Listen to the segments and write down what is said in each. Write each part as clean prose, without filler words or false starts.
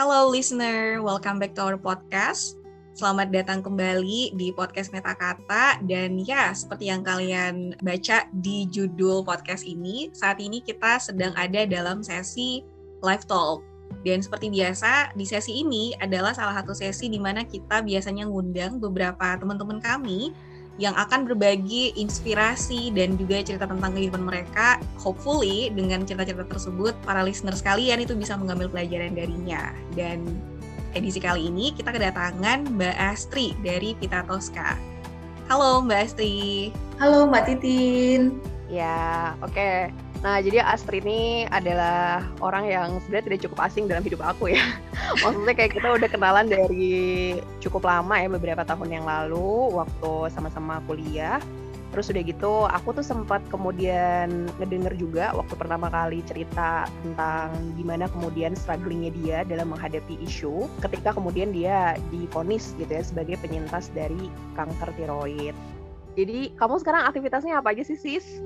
Halo listener, welcome back to our podcast. Selamat datang kembali di podcast Metakata. Dan ya, seperti yang kalian baca di judul podcast ini, saat ini kita sedang ada dalam sesi live talk. Dan seperti biasa, di sesi ini adalah salah satu sesi di mana kita biasanya ngundang beberapa teman-teman kami yang akan berbagi inspirasi dan juga cerita tentang kehidupan mereka. Hopefully, dengan cerita-cerita tersebut, para listener sekalian itu bisa mengambil pelajaran darinya. Dan edisi kali ini kita kedatangan Mbak Astri dari Pita Tosca. Halo Mbak Astri. Halo Mbak Titin. Ya, oke. Nah, jadi Astri ini adalah orang yang sebenarnya tidak cukup asing dalam hidup aku ya. Maksudnya kayak kita udah kenalan dari cukup lama ya, beberapa tahun yang lalu waktu sama-sama kuliah. Terus udah gitu, aku tuh sempat kemudian ngedenger juga waktu pertama kali cerita tentang gimana kemudian strugglingnya dia dalam menghadapi isu ketika kemudian dia divonis gitu ya sebagai penyintas dari kanker tiroid. Jadi kamu sekarang aktivitasnya apa aja sih, Sis?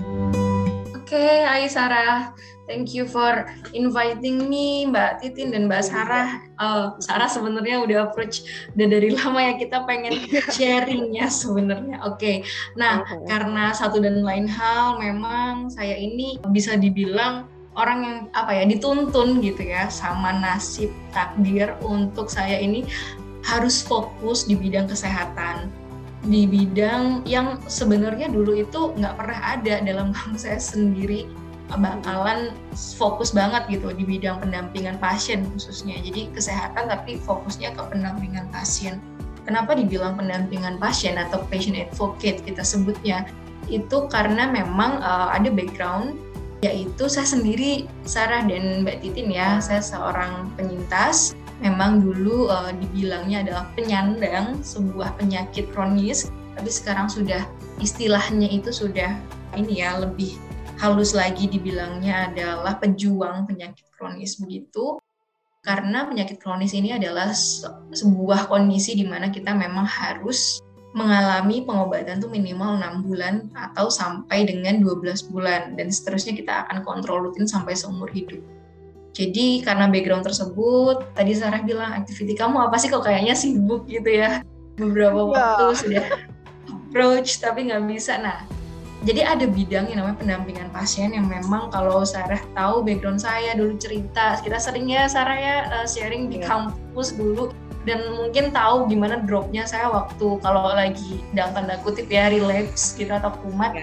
Oke, hai Sarah. Thank you for inviting me, Mbak Titin dan Mbak Sarah. Sarah sebenarnya udah approach udah dari lama ya, kita pengen sharing ya sebenarnya. Oke. Nah, karena satu dan lain hal memang saya ini bisa dibilang orang yang dituntun gitu ya sama nasib takdir untuk saya ini harus fokus di bidang kesehatan. Di bidang yang sebenarnya dulu itu nggak pernah ada dalam kamu saya sendiri bakalan fokus banget gitu di bidang pendampingan pasien khususnya. Jadi kesehatan tapi fokusnya ke pendampingan pasien. Kenapa dibilang pendampingan pasien atau patient advocate kita sebutnya? Itu karena memang ada background, yaitu saya sendiri, Sarah dan Mbak Titin ya, saya seorang penyintas. Memang dulu dibilangnya adalah penyandang sebuah penyakit kronis, tapi sekarang sudah istilahnya itu sudah lebih halus lagi dibilangnya adalah pejuang penyakit kronis begitu. Karena penyakit kronis ini adalah sebuah kondisi di mana kita memang harus mengalami pengobatan tuh minimal 6 bulan atau sampai dengan 12 bulan dan seterusnya kita akan kontrol rutin sampai seumur hidup. Jadi karena background tersebut, tadi Sarah bilang aktiviti kamu apa sih kok kayaknya sibuk gitu ya. Beberapa waktu sudah approach tapi nggak bisa. Nah, jadi ada bidang yang namanya pendampingan pasien yang memang kalau Sarah tahu background saya dulu cerita, kita sering ya Sarah ya sharing di kampus dulu. Dan mungkin tahu gimana dropnya saya waktu kalau lagi dalam tanda kutip ya relapse gitu atau kumat.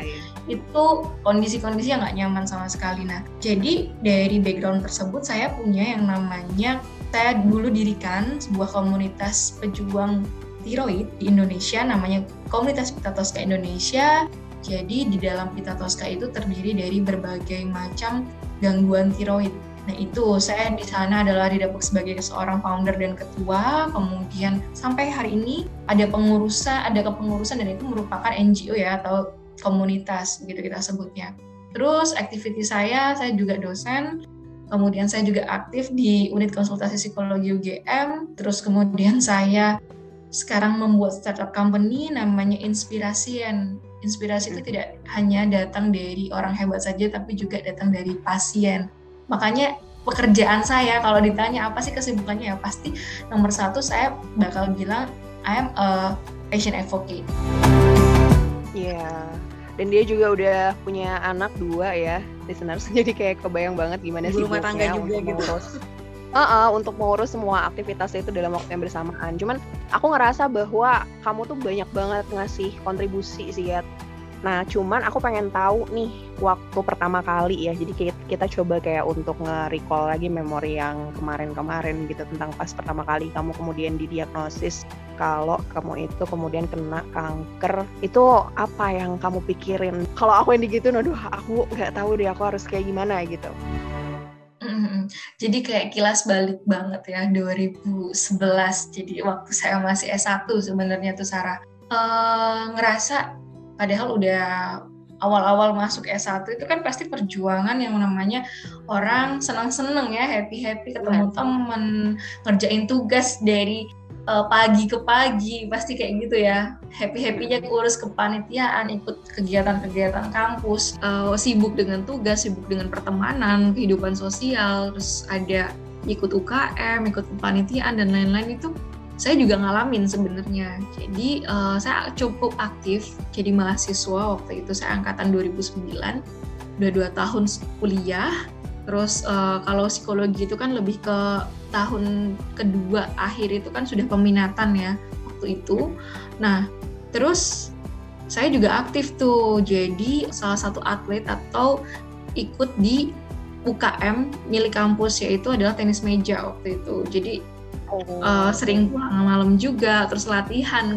Itu kondisi-kondisi yang nggak nyaman sama sekali. Nah, jadi dari background tersebut saya punya yang namanya, saya dulu dirikan sebuah komunitas pejuang tiroid di Indonesia, namanya Komunitas Pita Tosca Indonesia. Jadi di dalam Pita Tosca itu terdiri dari berbagai macam gangguan tiroid. Nah itu saya di sana adalah didapuk sebagai seorang founder dan ketua, kemudian sampai hari ini ada kepengurusan dan itu merupakan NGO ya atau komunitas begitu kita sebutnya. Terus aktiviti saya juga dosen, kemudian saya juga aktif di unit konsultasi psikologi UGM, terus kemudian saya sekarang membuat startup company namanya Inspirasien. Inspirasi itu tidak hanya datang dari orang hebat saja tapi juga datang dari pasien. Makanya pekerjaan saya kalau ditanya apa sih kesibukannya ya pasti nomor satu saya bakal bilang I am a patient advocate. Iya, dan dia juga udah punya anak 2 ya, listeners. Jadi kayak kebayang banget gimana sih rumah tangga juga gitu. Untuk mengurus semua aktivitas itu dalam waktu yang bersamaan. Cuman aku ngerasa bahwa kamu tuh banyak banget ngasih kontribusi sih ya. Nah, cuman aku pengen tahu nih waktu pertama kali ya. Jadi kita coba kayak untuk nge-recall lagi memori yang kemarin-kemarin gitu tentang pas pertama kali kamu kemudian didiagnosis kalau kamu itu kemudian kena kanker. Itu apa yang kamu pikirin? Kalau aku yang digituin, aduh aku nggak tahu deh aku harus kayak gimana gitu. Jadi kayak kilas balik banget ya 2011. Jadi waktu saya masih S1 sebenarnya tuh Sarah ngerasa padahal udah awal-awal masuk S1 itu kan pasti perjuangan yang namanya orang senang-senang ya, happy-happy ketemu temen, ngerjain tugas dari pagi ke pagi, pasti kayak gitu ya. Happy-happynya urus kepanitiaan, ikut kegiatan-kegiatan kampus, sibuk dengan tugas, sibuk dengan pertemanan, kehidupan sosial, terus ada ikut UKM, ikut kepanitiaan dan lain-lain itu saya juga ngalamin sebenarnya. Jadi saya cukup aktif jadi mahasiswa waktu itu. Saya angkatan 2009, udah 2 tahun kuliah. Terus kalau psikologi itu kan lebih ke tahun kedua akhir itu kan sudah peminatan ya waktu itu. Nah, terus saya juga aktif tuh jadi salah satu atlet atau ikut di UKM milik kampus, yaitu adalah tenis meja waktu itu. Jadi sering pulang malam juga, terus latihan,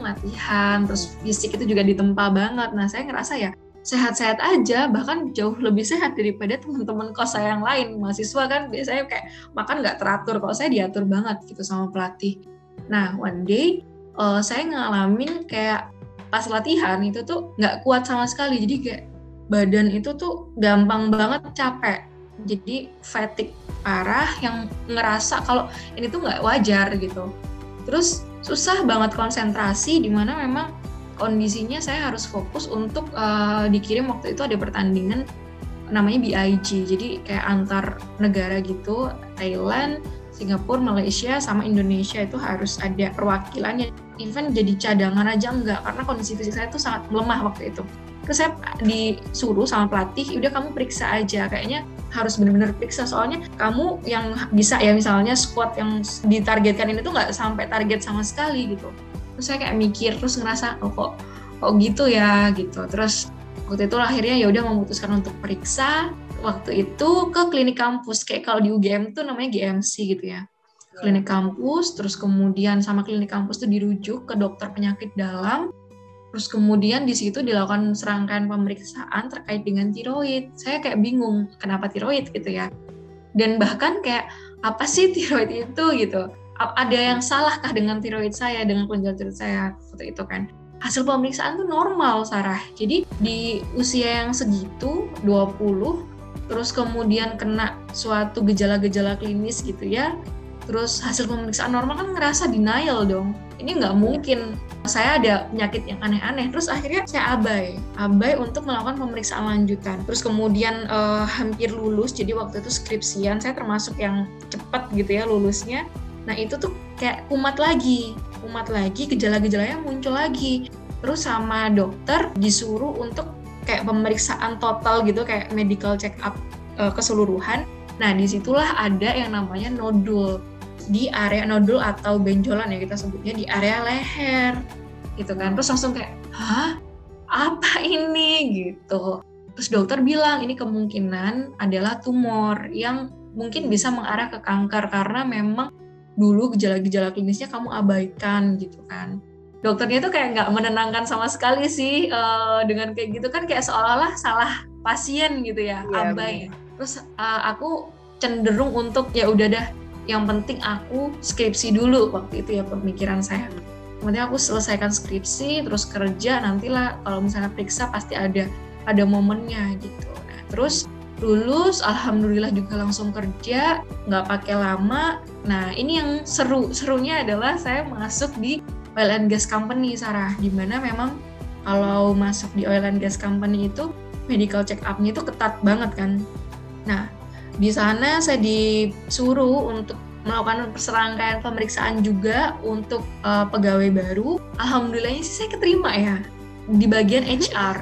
terus fisik itu juga ditempa banget. Nah, saya ngerasa ya sehat-sehat aja, bahkan jauh lebih sehat daripada teman-teman kos saya yang lain. Mahasiswa kan biasanya kayak makan nggak teratur, kalau saya diatur banget gitu sama pelatih. Nah, one day saya ngalamin kayak pas latihan itu tuh nggak kuat sama sekali, jadi kayak badan itu tuh gampang banget capek, jadi fatigue parah yang ngerasa kalau ini tuh nggak wajar gitu. Terus susah banget konsentrasi, dimana memang kondisinya saya harus fokus untuk dikirim waktu itu ada pertandingan namanya BIG, jadi kayak antar negara gitu, Thailand, Singapura, Malaysia, sama Indonesia itu harus ada perwakilannya. Even jadi cadangan aja enggak, karena kondisi fisik saya tuh sangat melemah waktu itu. Terus saya disuruh sama pelatih, udah kamu periksa aja, kayaknya harus benar-benar periksa, soalnya kamu yang bisa ya misalnya squat yang ditargetkan ini tuh nggak sampai target sama sekali gitu. Terus saya kayak mikir, terus ngerasa kok gitu ya gitu. Terus waktu itu akhirnya ya udah memutuskan untuk periksa waktu itu ke klinik kampus, kayak kalau di UGM tuh namanya GMC gitu ya, klinik kampus. Terus kemudian sama klinik kampus tuh dirujuk ke dokter penyakit dalam. Terus kemudian di situ dilakukan serangkaian pemeriksaan terkait dengan tiroid. Saya kayak bingung kenapa tiroid gitu ya. Dan bahkan kayak apa sih tiroid itu gitu. Ada yang salahkah dengan tiroid saya, dengan kelenjar tiroid saya waktu itu kan. Hasil pemeriksaan tuh normal, Sarah. Jadi di usia yang segitu 20 terus kemudian kena suatu gejala-gejala klinis gitu ya. Terus hasil pemeriksaan normal kan ngerasa denial dong. Ini nggak mungkin, saya ada penyakit yang aneh-aneh. Terus akhirnya saya abai untuk melakukan pemeriksaan lanjutan. Terus kemudian hampir lulus, jadi waktu itu skripsian, saya termasuk yang cepat gitu ya lulusnya. Nah itu tuh kayak kumat lagi, gejala-gejalanya muncul lagi. Terus sama dokter disuruh untuk kayak pemeriksaan total gitu, kayak medical check up keseluruhan. Nah disitulah ada yang namanya nodul di area nodul atau benjolan ya kita sebutnya di area leher gitu kan. Terus langsung kayak hah apa ini gitu. Terus dokter bilang ini kemungkinan adalah tumor yang mungkin bisa mengarah ke kanker karena memang dulu gejala-gejala klinisnya kamu abaikan gitu kan. Dokternya tuh kayak nggak menenangkan sama sekali sih dengan kayak gitu kan, kayak seolah-olah salah pasien gitu ya, abai. Terus aku cenderung untuk ya udah dah, yang penting aku skripsi dulu waktu itu ya pemikiran saya. Kemudian aku selesaikan skripsi, terus kerja, nantilah kalau misalnya periksa pasti ada momennya gitu. Nah, terus lulus, alhamdulillah juga langsung kerja, nggak pakai lama. Nah ini yang serunya adalah saya masuk di oil and gas company, Sarah, dimana memang kalau masuk di oil and gas company itu medical check up-nya itu ketat banget kan. Nah di sana saya disuruh untuk melakukan serangkaian pemeriksaan juga untuk pegawai baru. Alhamdulillahnya sih saya keterima ya di bagian HR.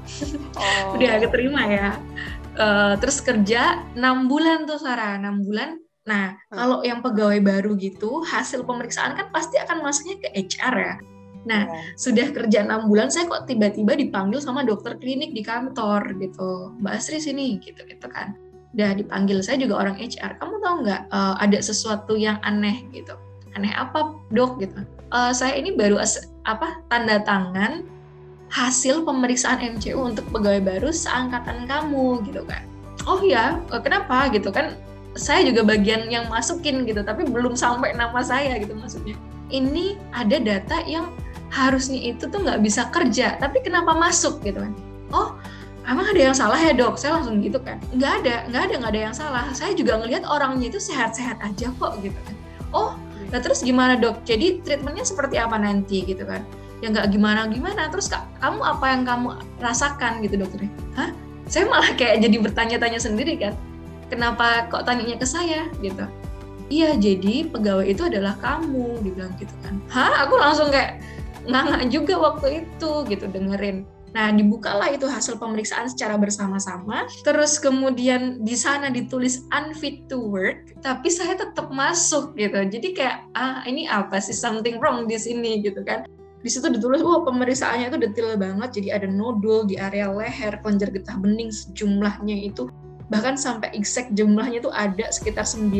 Udah keterima ya. Terus kerja 6 bulan tuh Sarah, 6 bulan. Nah kalau yang pegawai baru gitu hasil pemeriksaan kan pasti akan masuknya ke HR ya. Nah sudah kerja 6 bulan saya kok tiba-tiba dipanggil sama dokter klinik di kantor gitu, Mbak Asri sini gitu kan. Udah dipanggil, saya juga orang HR, kamu tahu nggak ada sesuatu yang aneh gitu. Aneh apa dok gitu. Saya ini baru tanda tangan hasil pemeriksaan MCU untuk pegawai baru seangkatan kamu gitu kan. Oh ya, kenapa gitu kan, saya juga bagian yang masukin gitu, tapi belum sampai nama saya gitu maksudnya. Ini ada data yang harusnya itu tuh nggak bisa kerja, tapi kenapa masuk gitu kan. Oh emang ada yang salah ya dok? Saya langsung gitu kan, nggak ada yang salah. Saya juga ngelihat orangnya itu sehat-sehat aja kok gitu kan. Oh, nah terus gimana dok? Jadi treatmentnya seperti apa nanti gitu kan? Ya nggak gimana-gimana. Terus kamu apa yang kamu rasakan gitu dokternya? Hah? Saya malah kayak jadi bertanya-tanya sendiri kan. Kenapa kok tanyanya ke saya gitu? iya jadi pegawai itu adalah kamu, dibilang gitu kan. Hah, aku langsung kayak nganga juga waktu itu gitu dengerin. Nah, dibukalah itu hasil pemeriksaan secara bersama-sama. Terus kemudian di sana ditulis unfit to work, tapi saya tetap masuk gitu. Jadi kayak, ini apa sih, something wrong di sini gitu kan. Di situ ditulis, pemeriksaannya itu detail banget. Jadi ada nodul di area leher, kelenjar getah bening, jumlahnya itu bahkan sampai exact jumlahnya itu ada sekitar 9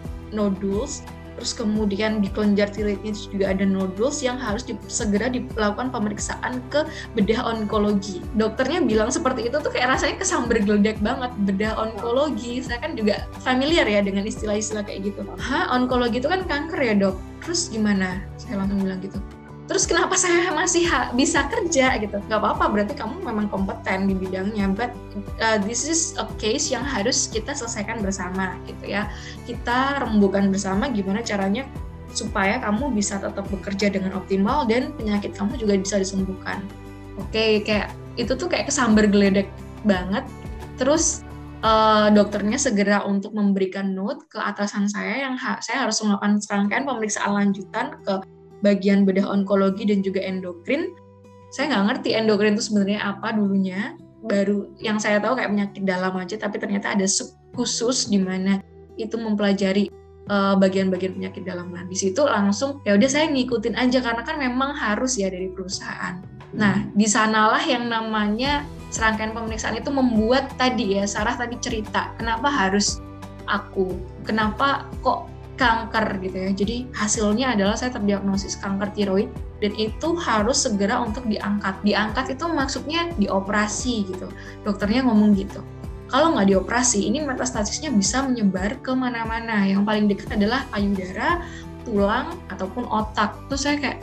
nodules. Terus kemudian di kelenjar tiroidnya juga ada nodules yang harus segera dilakukan pemeriksaan ke bedah onkologi. Dokternya bilang seperti itu tuh kayak rasanya kesamber geledek banget, bedah onkologi. Saya kan juga familiar ya dengan istilah-istilah kayak gitu. Onkologi itu kan kanker ya dok? Terus gimana? Saya langsung bilang gitu. Terus kenapa saya masih bisa kerja gitu? Gak apa-apa, berarti kamu memang kompeten di bidangnya. But this is a case yang harus kita selesaikan bersama gitu ya. Kita rembukan bersama gimana caranya supaya kamu bisa tetap bekerja dengan optimal dan penyakit kamu juga bisa disembuhkan. Oke, kayak itu tuh kayak kesambar geledek banget. Terus dokternya segera untuk memberikan note ke atasan saya yang saya harus melakukan serangkaian pemeriksaan lanjutan ke bagian bedah onkologi dan juga endokrin. Saya nggak ngerti endokrin itu sebenarnya apa dulunya, baru yang saya tahu kayak penyakit dalam aja, tapi ternyata ada sub khusus di mana itu mempelajari bagian-bagian penyakit dalam. Nah, di situ langsung ya udah saya ngikutin aja karena kan memang harus ya dari perusahaan. Nah, di sanalah yang namanya serangkaian pemeriksaan itu membuat tadi ya Sarah tadi cerita, kenapa harus aku? Kenapa kok kanker gitu ya. Jadi hasilnya adalah saya terdiagnosis kanker tiroid dan itu harus segera untuk diangkat. Diangkat itu maksudnya dioperasi gitu. Dokternya ngomong gitu. Kalau nggak dioperasi, ini metastasisnya bisa menyebar ke mana-mana. Yang paling dekat adalah payudara, tulang, ataupun otak. Terus saya kayak,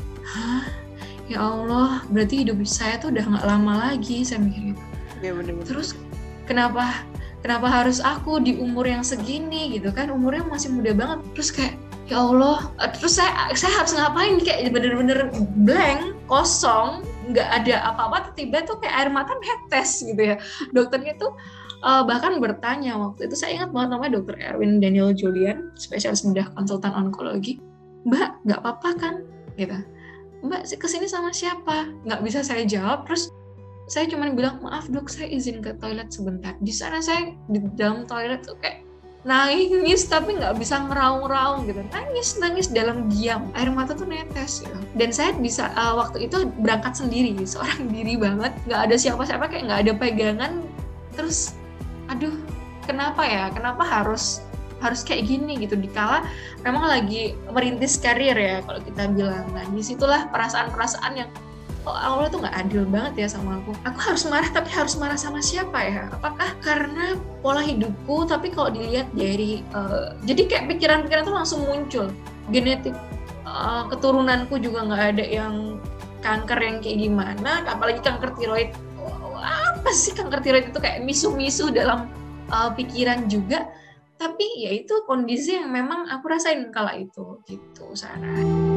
ya Allah, berarti hidup saya tuh udah nggak lama lagi, saya mikir gitu. Ya, bener-bener. Terus kenapa harus aku di umur yang segini gitu kan, umurnya masih muda banget. Terus kayak ya Allah, terus saya harus ngapain, kayak bener-bener blank, kosong, nggak ada apa-apa. Tiba-tiba tuh kayak air mata netes gitu ya. Dokternya tuh bahkan bertanya waktu itu, saya ingat banget namanya Dr. Erwin Daniel Julian, spesialis bedah konsultan onkologi. Mbak, nggak apa-apa kan gitu. Mbak kesini sama siapa? Nggak bisa saya jawab. Terus saya cuma bilang, maaf dok, saya izin ke toilet sebentar. Di sana saya di dalam toilet tuh kayak nangis tapi nggak bisa ngeraung-raung gitu. Nangis dalam diam. Air mata tuh netes gitu. Dan saya bisa waktu itu berangkat sendiri, seorang diri banget. Nggak ada siapa-siapa, kayak nggak ada pegangan. Terus, aduh, kenapa ya? Kenapa harus kayak gini gitu? Dikala memang lagi merintis karir ya, kalau kita bilang. Nah, disitulah perasaan-perasaan yang Allah tuh nggak adil banget ya sama aku. Aku harus marah, tapi harus marah sama siapa ya? Apakah karena pola hidupku? Tapi kalau dilihat dari, jadi kayak pikiran-pikiran tuh langsung muncul. Genetik keturunanku juga nggak ada yang kanker yang kayak gimana, apalagi kanker tiroid. Apa sih kanker tiroid itu, kayak misu-misu dalam pikiran juga. Tapi ya itu kondisi yang memang aku rasain kala itu, gitu Sarah.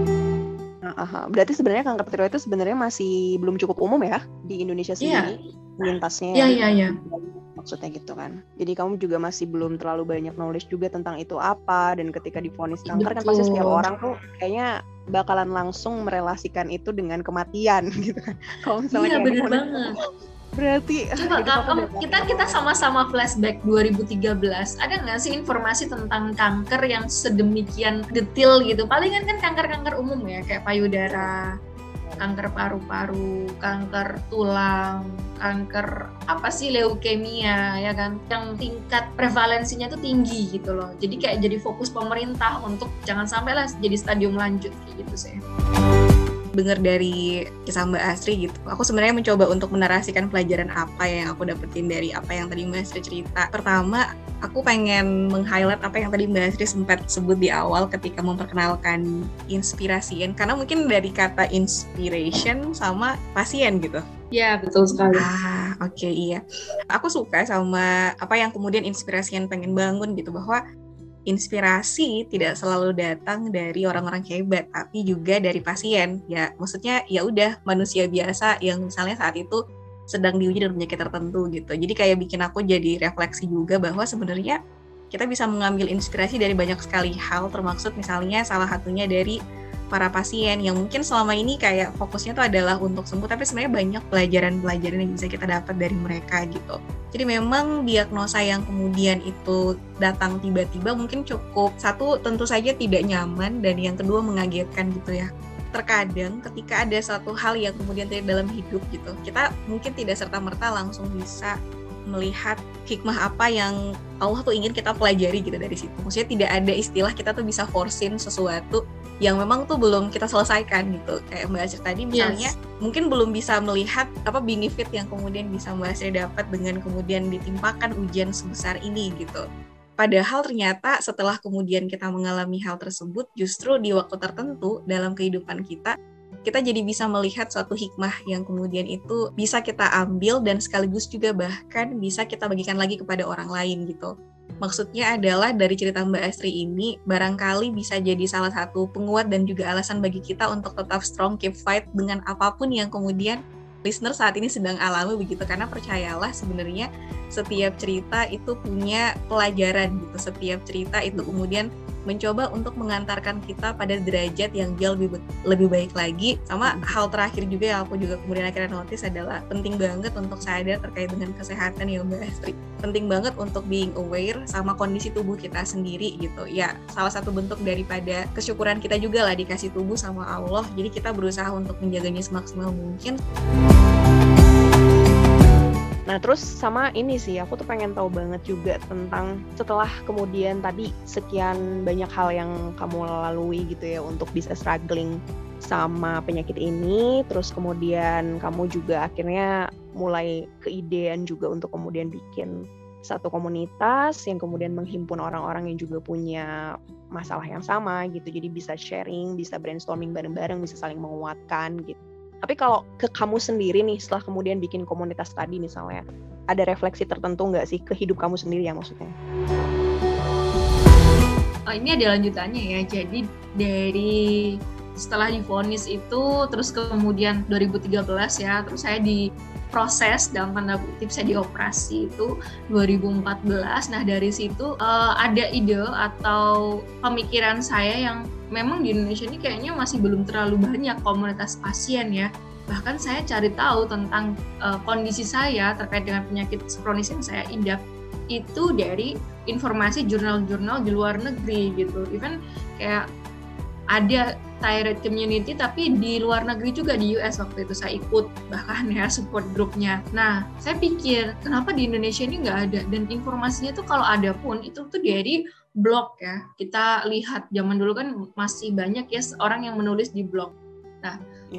Berarti sebenarnya kanker tiroid itu sebenarnya masih belum cukup umum ya di Indonesia sendiri, penyintasnya. Iya. Maksudnya gitu kan. Jadi kamu juga masih belum terlalu banyak knowledge juga tentang itu apa, dan ketika divonis kanker kan pasti setiap orang tuh kayaknya bakalan langsung merelasikan itu dengan kematian gitu kan. Kalau misalnya bener banget. Berarti coba kita sama-sama flashback 2013. Ada nggak sih informasi tentang kanker yang sedemikian detail gitu? Palingan kan kanker-kanker umum ya, kayak payudara, kanker paru-paru, kanker tulang, kanker apa sih, leukemia ya kan, yang tingkat prevalensinya tuh tinggi gitu loh. Jadi kayak jadi fokus pemerintah untuk jangan sampai lah jadi stadium lanjut kayak gitu sih. Dengar dari kisah Mbak Astri gitu, aku sebenarnya mencoba untuk menarasikan pelajaran apa yang aku dapetin dari apa yang tadi Mbak Astri cerita. Pertama, aku pengen meng-highlight apa yang tadi Mbak Astri sempat sebut di awal ketika memperkenalkan inspirasian, karena mungkin dari kata inspiration sama pasien gitu. Ya, betul sekali. Oke, iya. Aku suka sama apa yang kemudian inspirasian pengen bangun gitu, bahwa inspirasi tidak selalu datang dari orang-orang hebat, tapi juga dari pasien. Ya, maksudnya ya udah manusia biasa yang misalnya saat itu sedang diuji dengan penyakit tertentu gitu. Jadi kayak bikin aku jadi refleksi juga bahwa sebenarnya kita bisa mengambil inspirasi dari banyak sekali hal, termaksud misalnya salah satunya dari para pasien yang mungkin selama ini kayak fokusnya tuh adalah untuk sembuh, tapi sebenarnya banyak pelajaran-pelajaran yang bisa kita dapat dari mereka gitu. Jadi memang diagnosa yang kemudian itu datang tiba-tiba mungkin cukup, satu tentu saja tidak nyaman, dan yang kedua mengagetkan gitu ya. Terkadang ketika ada suatu hal yang kemudian terjadi dalam hidup gitu, kita mungkin tidak serta-merta langsung bisa melihat hikmah apa yang Allah tuh ingin kita pelajari gitu dari situ. Maksudnya tidak ada istilah kita tuh bisa forcing sesuatu yang memang tuh belum kita selesaikan gitu. Kayak Mbak Asri tadi misalnya, mungkin belum bisa melihat apa benefit yang kemudian bisa Mbak Asri dapat dengan kemudian ditimpakan ujian sebesar ini gitu. Padahal ternyata setelah kemudian kita mengalami hal tersebut, justru di waktu tertentu dalam kehidupan kita jadi bisa melihat suatu hikmah yang kemudian itu bisa kita ambil dan sekaligus juga bahkan bisa kita bagikan lagi kepada orang lain gitu. Maksudnya adalah dari cerita Mbak Asri ini barangkali bisa jadi salah satu penguat dan juga alasan bagi kita untuk tetap strong, keep fight dengan apapun yang kemudian listener saat ini sedang alami begitu. Karena percayalah sebenarnya setiap cerita itu punya pelajaran gitu, setiap cerita itu kemudian mencoba untuk mengantarkan kita pada derajat yang jauh lebih baik lagi. Sama hal terakhir juga yang aku juga kemudian akhirnya notice adalah penting banget untuk sadar terkait dengan kesehatan ya Mbak Astri. Penting banget untuk being aware sama kondisi tubuh kita sendiri gitu. Ya salah satu bentuk daripada kesyukuran kita juga lah dikasih tubuh sama Allah. Jadi kita berusaha untuk menjaganya semaksimal mungkin. Nah terus sama ini sih, aku tuh pengen tahu banget juga tentang setelah kemudian tadi sekian banyak hal yang kamu lalui gitu ya untuk bisa struggling sama penyakit ini, terus kemudian kamu juga akhirnya mulai keidean juga untuk kemudian bikin satu komunitas yang kemudian menghimpun orang-orang yang juga punya masalah yang sama gitu, jadi bisa sharing, bisa brainstorming bareng-bareng, bisa saling menguatkan gitu. Tapi kalau ke kamu sendiri nih, setelah kemudian bikin komunitas tadi misalnya, ada refleksi tertentu nggak sih ke hidup kamu sendiri ya maksudnya? Ini ada lanjutannya ya, jadi dari setelah divonis itu, terus kemudian 2013 ya, terus saya diproses dalam tanda kutip, saya dioperasi itu 2014. Nah dari situ ada ide atau pemikiran saya yang memang di Indonesia ini kayaknya masih belum terlalu banyak komunitas pasien ya. Bahkan saya cari tahu tentang kondisi saya terkait dengan penyakit kronis yang saya idap itu dari informasi jurnal-jurnal di luar negeri gitu. Even kayak ada thyroid community tapi di luar negeri juga, di US waktu itu saya ikut bahkan ya support grupnya. Nah saya pikir kenapa di Indonesia ini nggak ada, dan informasinya tuh kalau ada pun itu tuh dari blog ya. Kita lihat zaman dulu kan masih banyak ya orang yang menulis di blog. Nah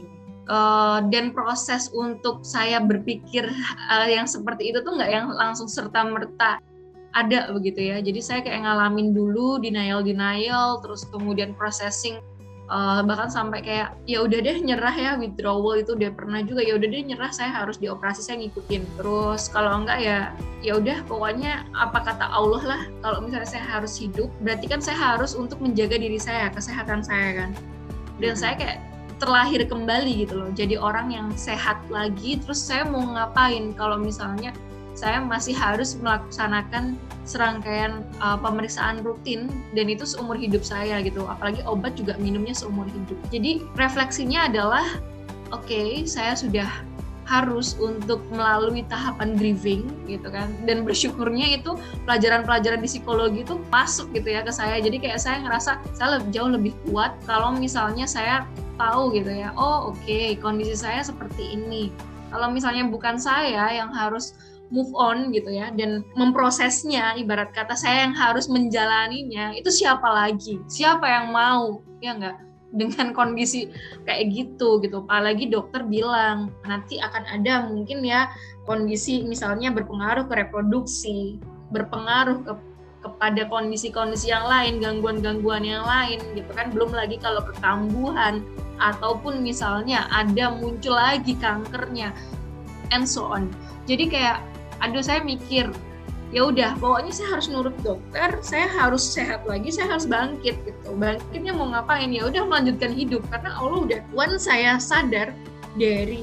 dan proses untuk saya berpikir yang seperti itu tuh nggak yang langsung serta-merta ada begitu ya. Jadi saya kayak ngalamin dulu denial, terus kemudian processing, bahkan sampai kayak ya udah deh nyerah ya, withdrawal itu udah pernah juga, ya udah deh nyerah, saya harus dioperasi, saya ngikutin. Terus kalau enggak ya udah pokoknya apa kata Allah lah, kalau misalnya saya harus hidup berarti kan saya harus untuk menjaga diri saya, kesehatan saya kan. Dan saya kayak terlahir kembali gitu loh, jadi orang yang sehat lagi. Terus saya mau ngapain kalau misalnya saya masih harus melaksanakan serangkaian pemeriksaan rutin, dan itu seumur hidup saya gitu, apalagi obat juga minumnya seumur hidup. Jadi refleksinya adalah oke, saya sudah harus untuk melalui tahapan grieving gitu kan, dan bersyukurnya itu pelajaran-pelajaran di psikologi itu masuk gitu ya ke saya. Jadi kayak saya ngerasa saya jauh lebih kuat kalau misalnya saya tahu gitu ya, oh oke, kondisi saya seperti ini. Kalau misalnya bukan saya yang harus move on gitu ya, dan memprosesnya, ibarat kata saya yang harus menjalaninya, itu siapa lagi? Siapa yang mau? Ya enggak? Dengan kondisi kayak gitu. Apalagi dokter bilang nanti akan ada mungkin ya kondisi misalnya berpengaruh ke reproduksi, berpengaruh kepada kondisi-kondisi yang lain, gangguan-gangguan yang lain gitu kan. Belum lagi kalau kekambuhan ataupun misalnya ada muncul lagi kankernya and so on. Jadi kayak saya mikir ya udah pokoknya saya harus nurut dokter, saya harus sehat lagi, saya harus bangkit gitu. Bangkitnya mau ngapain? Ya udah melanjutkan hidup, karena Allah udah, once saya sadar dari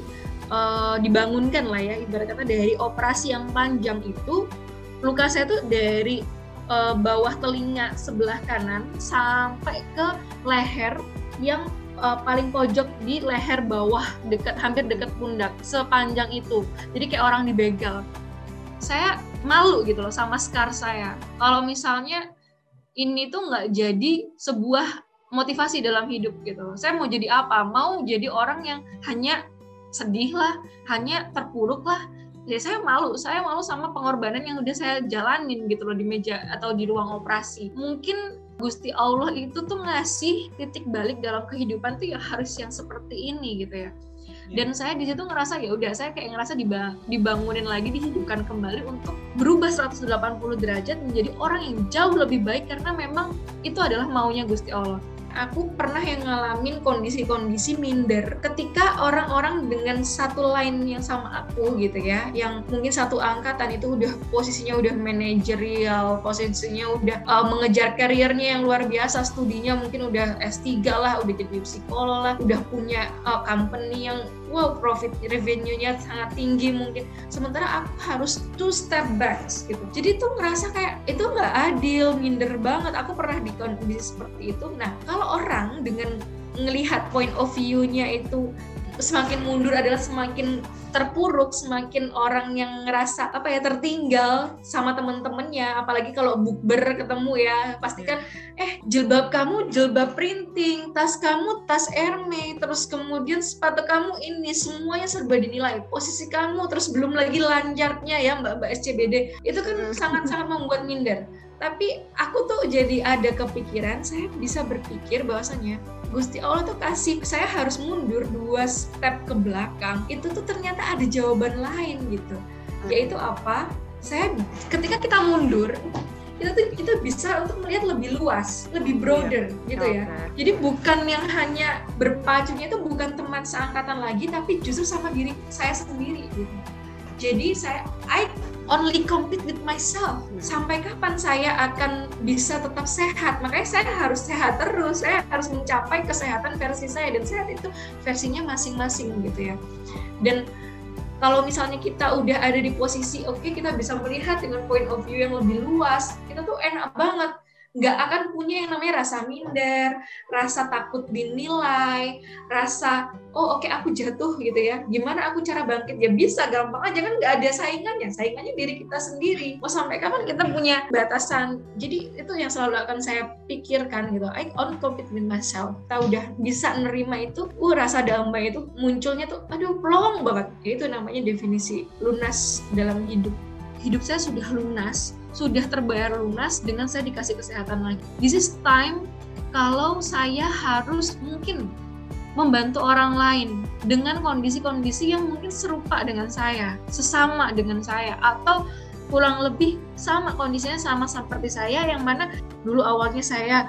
dibangunkan lah ya, ibarat kata dari operasi yang panjang itu, luka saya tuh dari bawah telinga sebelah kanan sampai ke leher yang paling pojok di leher bawah, hampir dekat pundak, sepanjang itu. Jadi kayak orang dibegal. Saya malu gitu loh sama scar saya. Kalau misalnya ini tuh nggak jadi sebuah motivasi dalam hidup gitu. Saya mau jadi apa? Mau jadi orang yang hanya sedih lah, hanya terpuruk lah. Ya saya malu sama pengorbanan yang udah saya jalanin gitu loh di meja atau di ruang operasi. Mungkin Gusti Allah itu tuh ngasih titik balik dalam kehidupan tuh ya harus yang seperti ini gitu ya. Dan saya di situ ngerasa ya udah, saya kayak ngerasa dibangunin lagi, dihidupkan kembali untuk berubah 180 derajat menjadi orang yang jauh lebih baik karena memang itu adalah maunya Gusti Allah. Aku pernah yang ngalamin kondisi-kondisi minder ketika orang-orang dengan satu line yang sama aku gitu ya, yang mungkin satu angkatan itu udah posisinya udah manajerial, posisinya udah mengejar karirnya yang luar biasa, studinya mungkin udah S3 lah, udah jadi psikolog lah, udah punya company yang profit revenue-nya sangat tinggi mungkin, sementara aku harus 2 step back gitu. Jadi tuh ngerasa kayak itu nggak adil, minder banget. Aku pernah di kondisi seperti itu. Nah, kalau orang dengan ngelihat point of view-nya itu semakin mundur adalah semakin terpuruk, semakin orang yang ngerasa tertinggal sama temen-temennya, apalagi kalau bukber ketemu ya, pastikan jilbab kamu jilbab printing, tas kamu tas Hermes, terus kemudian sepatu kamu ini, semuanya serba dinilai, posisi kamu, terus belum lagi lancarnya ya Mbak SCBD, itu kan sangat-sangat membuat minder. Tapi aku tuh jadi ada kepikiran, saya bisa berpikir bahwasanya Gusti Allah tuh kasih saya harus mundur 2 step ke belakang. Itu tuh ternyata ada jawaban lain gitu. Yaitu apa? Saya ketika kita mundur, kita bisa untuk melihat lebih luas, lebih broader gitu ya. Jadi bukan yang hanya berpacunya itu bukan teman seangkatan lagi, tapi justru sama diri saya sendiri gitu. Jadi I only compete with myself. Sampai kapan saya akan bisa tetap sehat? Makanya saya harus sehat terus. Saya harus mencapai kesehatan versi saya, dan sehat itu versinya masing-masing gitu ya. Dan kalau misalnya kita udah ada di posisi kita bisa melihat dengan point of view yang lebih luas, kita tuh enak banget. Nggak akan punya yang namanya rasa minder, rasa takut dinilai, rasa aku jatuh gitu ya, gimana aku cara bangkit, ya bisa gampang aja kan, nggak ada saingannya diri kita sendiri. Mau sampai kapan kita punya batasan? Jadi itu yang selalu akan saya pikirkan gitu, I on compete with myself. Kita udah bisa nerima itu, rasa damai itu munculnya tuh plong banget. Itu namanya definisi lunas dalam hidup. Hidup saya sudah lunas, sudah terbayar lunas dengan saya dikasih kesehatan lagi. This is time kalau saya harus mungkin membantu orang lain dengan kondisi-kondisi yang mungkin serupa dengan saya, sesama dengan saya, atau kurang lebih sama kondisinya sama seperti saya, yang mana dulu awalnya saya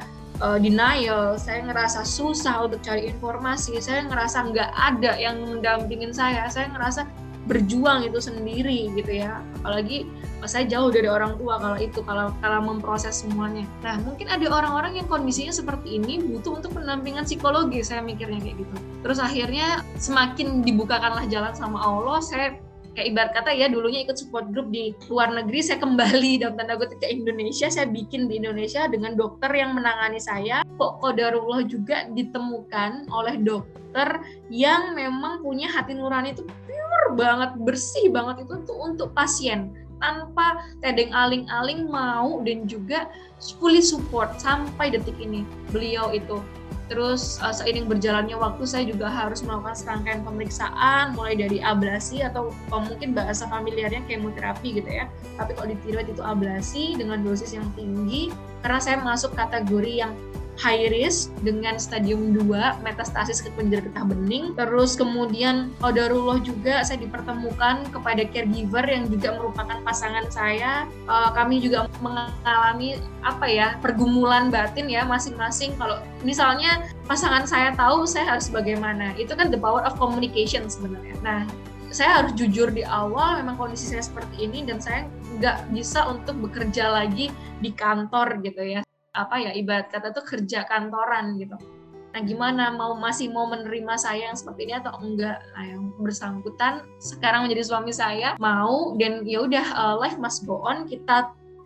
denial, saya ngerasa susah untuk cari informasi, saya ngerasa nggak ada yang mendampingin saya ngerasa berjuang itu sendiri gitu ya, apalagi saya jauh dari orang tua kalau memproses semuanya. Nah, mungkin ada orang-orang yang kondisinya seperti ini butuh untuk pendampingan psikologi, saya mikirnya kayak gitu. Terus akhirnya semakin dibukakanlah jalan sama Allah, saya kayak ibarat kata ya, dulunya ikut support group di luar negeri, saya kembali dalam tanda kutip ke Indonesia, saya bikin di Indonesia dengan dokter yang menangani saya. Kok qadarullah juga ditemukan oleh dokter yang memang punya hati nurani itu pure banget, bersih banget itu tuh untuk pasien, tanpa tedeng aling-aling, mau dan juga fully support sampai detik ini beliau itu. Terus seiring berjalannya waktu saya juga harus melakukan serangkaian pemeriksaan, mulai dari ablasi atau mungkin bahasa familiarnya kemoterapi gitu ya, tapi kalau di tiroid itu ablasi dengan dosis yang tinggi karena saya masuk kategori yang high risk dengan stadium 2 metastasis ke kelenjar getah bening. Terus kemudian qadarullah juga saya dipertemukan kepada caregiver yang juga merupakan pasangan saya. Kami juga mengalami pergumulan batin ya masing-masing. Kalau misalnya pasangan saya tahu saya harus bagaimana, itu kan the power of communication sebenarnya. Nah, saya harus jujur di awal, memang kondisi saya seperti ini dan saya nggak bisa untuk bekerja lagi di kantor gitu ya. Ibarat kata tuh kerja kantoran gitu. Nah, gimana masih mau menerima saya yang seperti ini atau enggak? Nah, yang bersangkutan sekarang menjadi suami saya mau, dan ya udah, life must go on. Kita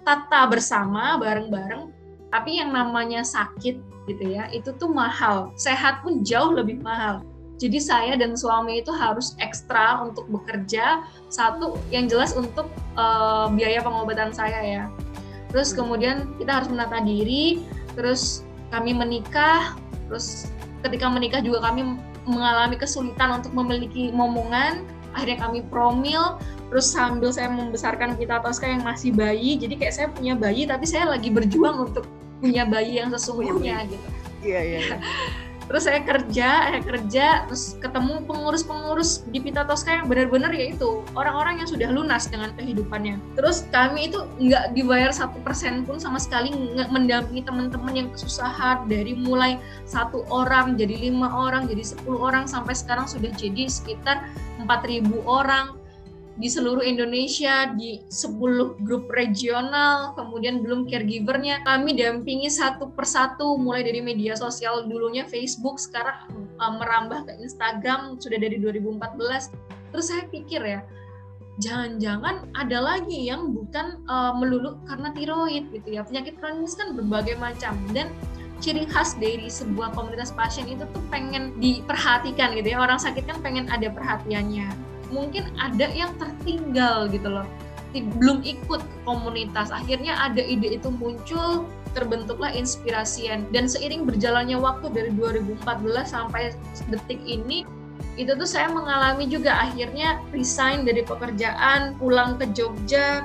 tata bersama bareng-bareng. Tapi yang namanya sakit gitu ya, itu tuh mahal. Sehat pun jauh lebih mahal. Jadi saya dan suami itu harus ekstra untuk bekerja. Satu, yang jelas untuk biaya pengobatan saya ya. Terus kemudian kita harus menata diri. Terus kami menikah. Terus ketika menikah juga kami mengalami kesulitan untuk memiliki momongan. Akhirnya kami promil. Terus sambil saya membesarkan Pita Tosca yang masih bayi. Jadi kayak saya punya bayi, tapi saya lagi berjuang untuk punya bayi yang sesungguhnya gitu. Iya. Terus saya kerja, terus ketemu pengurus-pengurus di Pita Tosca yang benar-benar yaitu orang-orang yang sudah lunas dengan kehidupannya. Terus kami itu nggak dibayar 1% pun sama sekali, nggak mendampingi teman-teman yang kesusahan dari mulai 1 orang jadi 5 orang, jadi 10 orang sampai sekarang sudah jadi sekitar 4.000 orang di seluruh Indonesia, di 10 grup regional, kemudian belum caregivernya. Kami dampingi satu persatu, mulai dari media sosial, dulunya Facebook, sekarang merambah ke Instagram, sudah dari 2014. Terus saya pikir ya, jangan-jangan ada lagi yang bukan melulu karena tiroid gitu ya. Penyakit kronis kan berbagai macam, dan ciri khas dari sebuah komunitas pasien itu tuh pengen diperhatikan gitu ya. Orang sakit kan pengen ada perhatiannya. Mungkin ada yang tertinggal gitu loh, belum ikut ke komunitas. Akhirnya ada ide itu muncul, terbentuklah Inspirasien. Dan seiring berjalannya waktu dari 2014 sampai detik ini, itu tuh saya mengalami juga akhirnya resign dari pekerjaan, pulang ke Jogja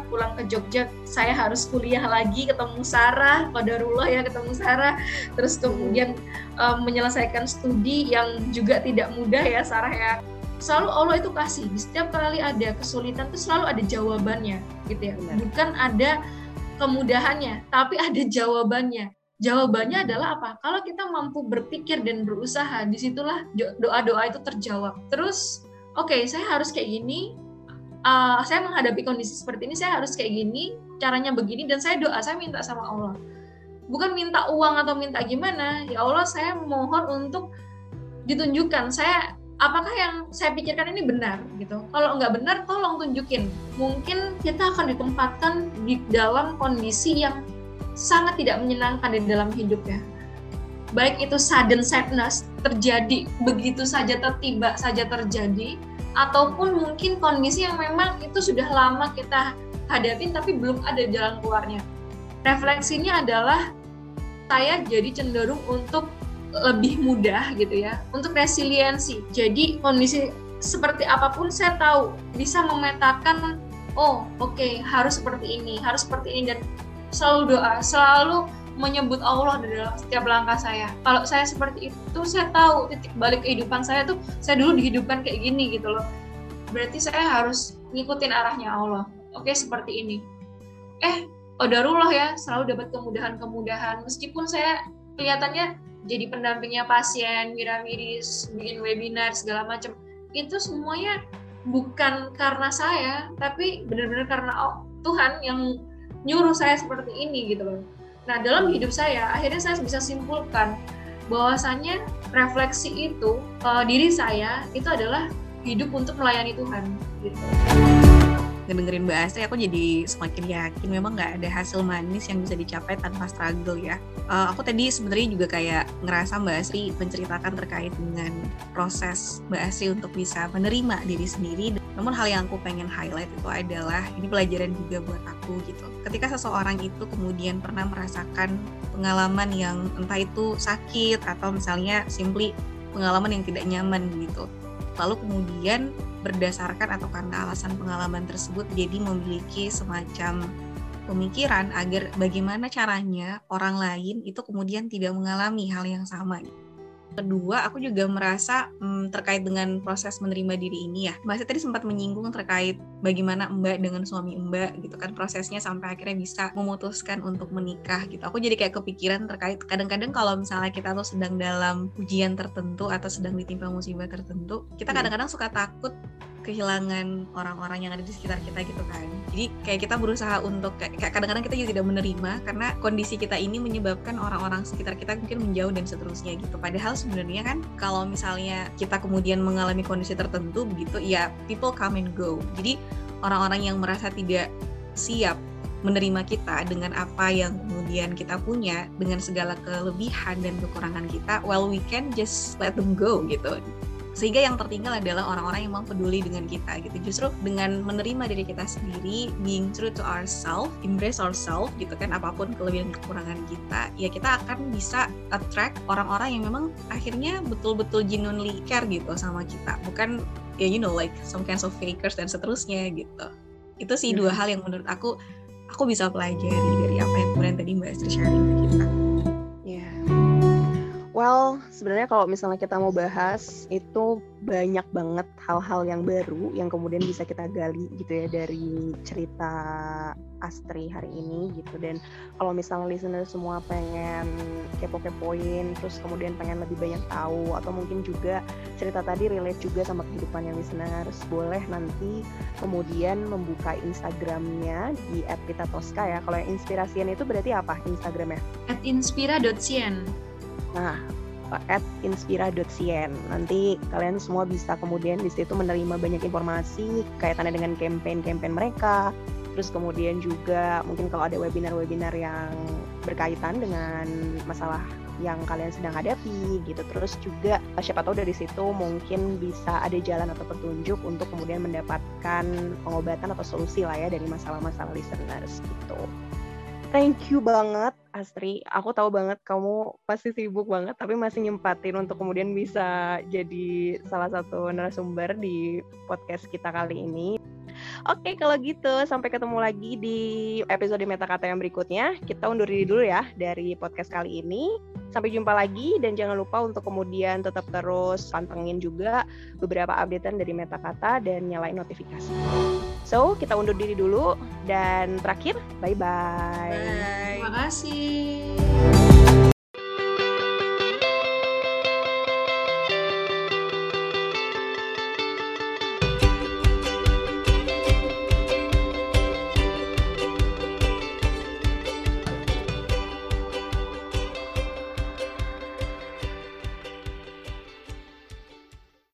saya harus kuliah lagi, ketemu Sarah, qadarullah ya ketemu Sarah, terus kemudian menyelesaikan studi yang juga tidak mudah ya Sarah ya. Selalu Allah itu kasih, di setiap kali ada kesulitan itu selalu ada jawabannya gitu ya. Bukan ada kemudahannya, tapi ada jawabannya. Jawabannya adalah apa? Kalau kita mampu berpikir dan berusaha, disitulah doa-doa itu terjawab. Terus, oke, saya harus kayak gini, saya menghadapi kondisi seperti ini, saya harus kayak gini, caranya begini, dan saya doa, saya minta sama Allah. Bukan minta uang atau minta gimana, ya Allah saya mohon untuk ditunjukkan, apakah yang saya pikirkan ini benar gitu. Kalau nggak benar, tolong tunjukin. Mungkin kita akan ditempatkan di dalam kondisi yang sangat tidak menyenangkan di dalam hidupnya. Baik itu sudden sadness, terjadi begitu saja, tiba saja terjadi, ataupun mungkin kondisi yang memang itu sudah lama kita hadapin tapi belum ada jalan keluarnya. Refleksinya adalah saya jadi cenderung untuk lebih mudah gitu ya, untuk resiliensi. Jadi kondisi seperti apapun saya tahu bisa memetakan, harus seperti ini, dan selalu doa, selalu menyebut Allah di dalam setiap langkah saya. Kalau saya seperti itu, saya tahu titik balik kehidupan saya tuh, saya dulu dihidupkan kayak gini gitu loh. Berarti saya harus ngikutin arahnya Allah. Oke, seperti ini. Qadarullah ya, selalu dapat kemudahan-kemudahan. Meskipun saya kelihatannya jadi pendampingnya pasien, mira-miris, bikin webinar, segala macam. Itu semuanya bukan karena saya, tapi benar-benar karena Tuhan yang nyuruh saya seperti ini gitu loh. Nah, dalam hidup saya, akhirnya saya bisa simpulkan bahwasannya refleksi itu, diri saya itu adalah hidup untuk melayani Tuhan gitu. Ngedengerin Mbak Astri, aku jadi semakin yakin memang nggak ada hasil manis yang bisa dicapai tanpa struggle ya. Aku tadi sebenarnya juga kayak ngerasa Mbak Astri menceritakan terkait dengan proses Mbak Astri untuk bisa menerima diri sendiri. Namun hal yang aku pengen highlight itu adalah, ini pelajaran juga buat aku gitu. Ketika seseorang itu kemudian pernah merasakan pengalaman yang entah itu sakit atau misalnya simply pengalaman yang tidak nyaman gitu. Lalu kemudian berdasarkan atau karena alasan pengalaman tersebut jadi memiliki semacam pemikiran agar bagaimana caranya orang lain itu kemudian tidak mengalami hal yang sama. Kedua, aku juga merasa terkait dengan proses menerima diri ini ya. Mbak tadi sempat menyinggung terkait bagaimana Mbak dengan suami Mbak gitu kan, prosesnya sampai akhirnya bisa memutuskan untuk menikah gitu. Aku jadi kayak kepikiran terkait kadang-kadang kalau misalnya kita tuh sedang dalam ujian tertentu atau sedang ditimpa musibah tertentu, kita kadang-kadang suka takut kehilangan orang-orang yang ada di sekitar kita gitu kan. Jadi kayak kita berusaha untuk kayak kadang-kadang kita juga tidak menerima karena kondisi kita ini menyebabkan orang-orang sekitar kita mungkin menjauh dan seterusnya gitu. Padahal sebenarnya kan kalau misalnya kita kemudian mengalami kondisi tertentu begitu, ya people come and go. Jadi orang-orang yang merasa tidak siap menerima kita dengan apa yang kemudian kita punya, dengan segala kelebihan dan kekurangan kita, well, we can just let them go gitu. Sehingga yang tertinggal adalah orang-orang yang memang peduli dengan kita gitu. Justru dengan menerima diri kita sendiri, being true to ourselves, embrace ourselves gitu kan, apapun kelebihan kekurangan kita, ya kita akan bisa attract orang-orang yang memang akhirnya betul-betul genuinely care gitu sama kita. Bukan ya like some kinds of fakers dan seterusnya gitu. Itu sih dua hal yang menurut aku bisa pelajari dari apa yang kemudian tadi Mbak Astri sharing ke kita. Well, sebenarnya kalau misalnya kita mau bahas, itu banyak banget hal-hal yang baru yang kemudian bisa kita gali gitu ya dari cerita Astri hari ini gitu. Dan kalau misalnya listener semua pengen kepo-kepoin, terus kemudian pengen lebih banyak tahu, atau mungkin juga cerita tadi relate juga sama kehidupannya listeners, boleh nanti kemudian membuka Instagramnya di @pitatoska ya. Kalau yang inspirasian itu berarti apa Instagramnya? @inspira.cien. Nah, @inspira.cien. Nanti kalian semua bisa kemudian di situ menerima banyak informasi kaitannya dengan campaign mereka. Terus kemudian juga mungkin kalau ada webinar-webinar yang berkaitan dengan masalah yang kalian sedang hadapi gitu. Terus juga siapa tahu dari situ mungkin bisa ada jalan atau petunjuk untuk kemudian mendapatkan pengobatan atau solusi lah ya dari masalah-masalah listeners gitu. Thank you banget Astri, aku tahu banget kamu pasti sibuk banget tapi masih nyempatin untuk kemudian bisa jadi salah satu narasumber di podcast kita kali ini. Oke, kalau gitu sampai ketemu lagi di episode Meta Kata yang berikutnya. Kita undur diri dulu ya dari podcast kali ini. Sampai jumpa lagi dan jangan lupa untuk kemudian tetap terus pantengin juga beberapa updatean dari Meta Kata dan nyalain notifikasi. So, kita undur diri dulu dan terakhir, bye-bye. Bye. Terima kasih.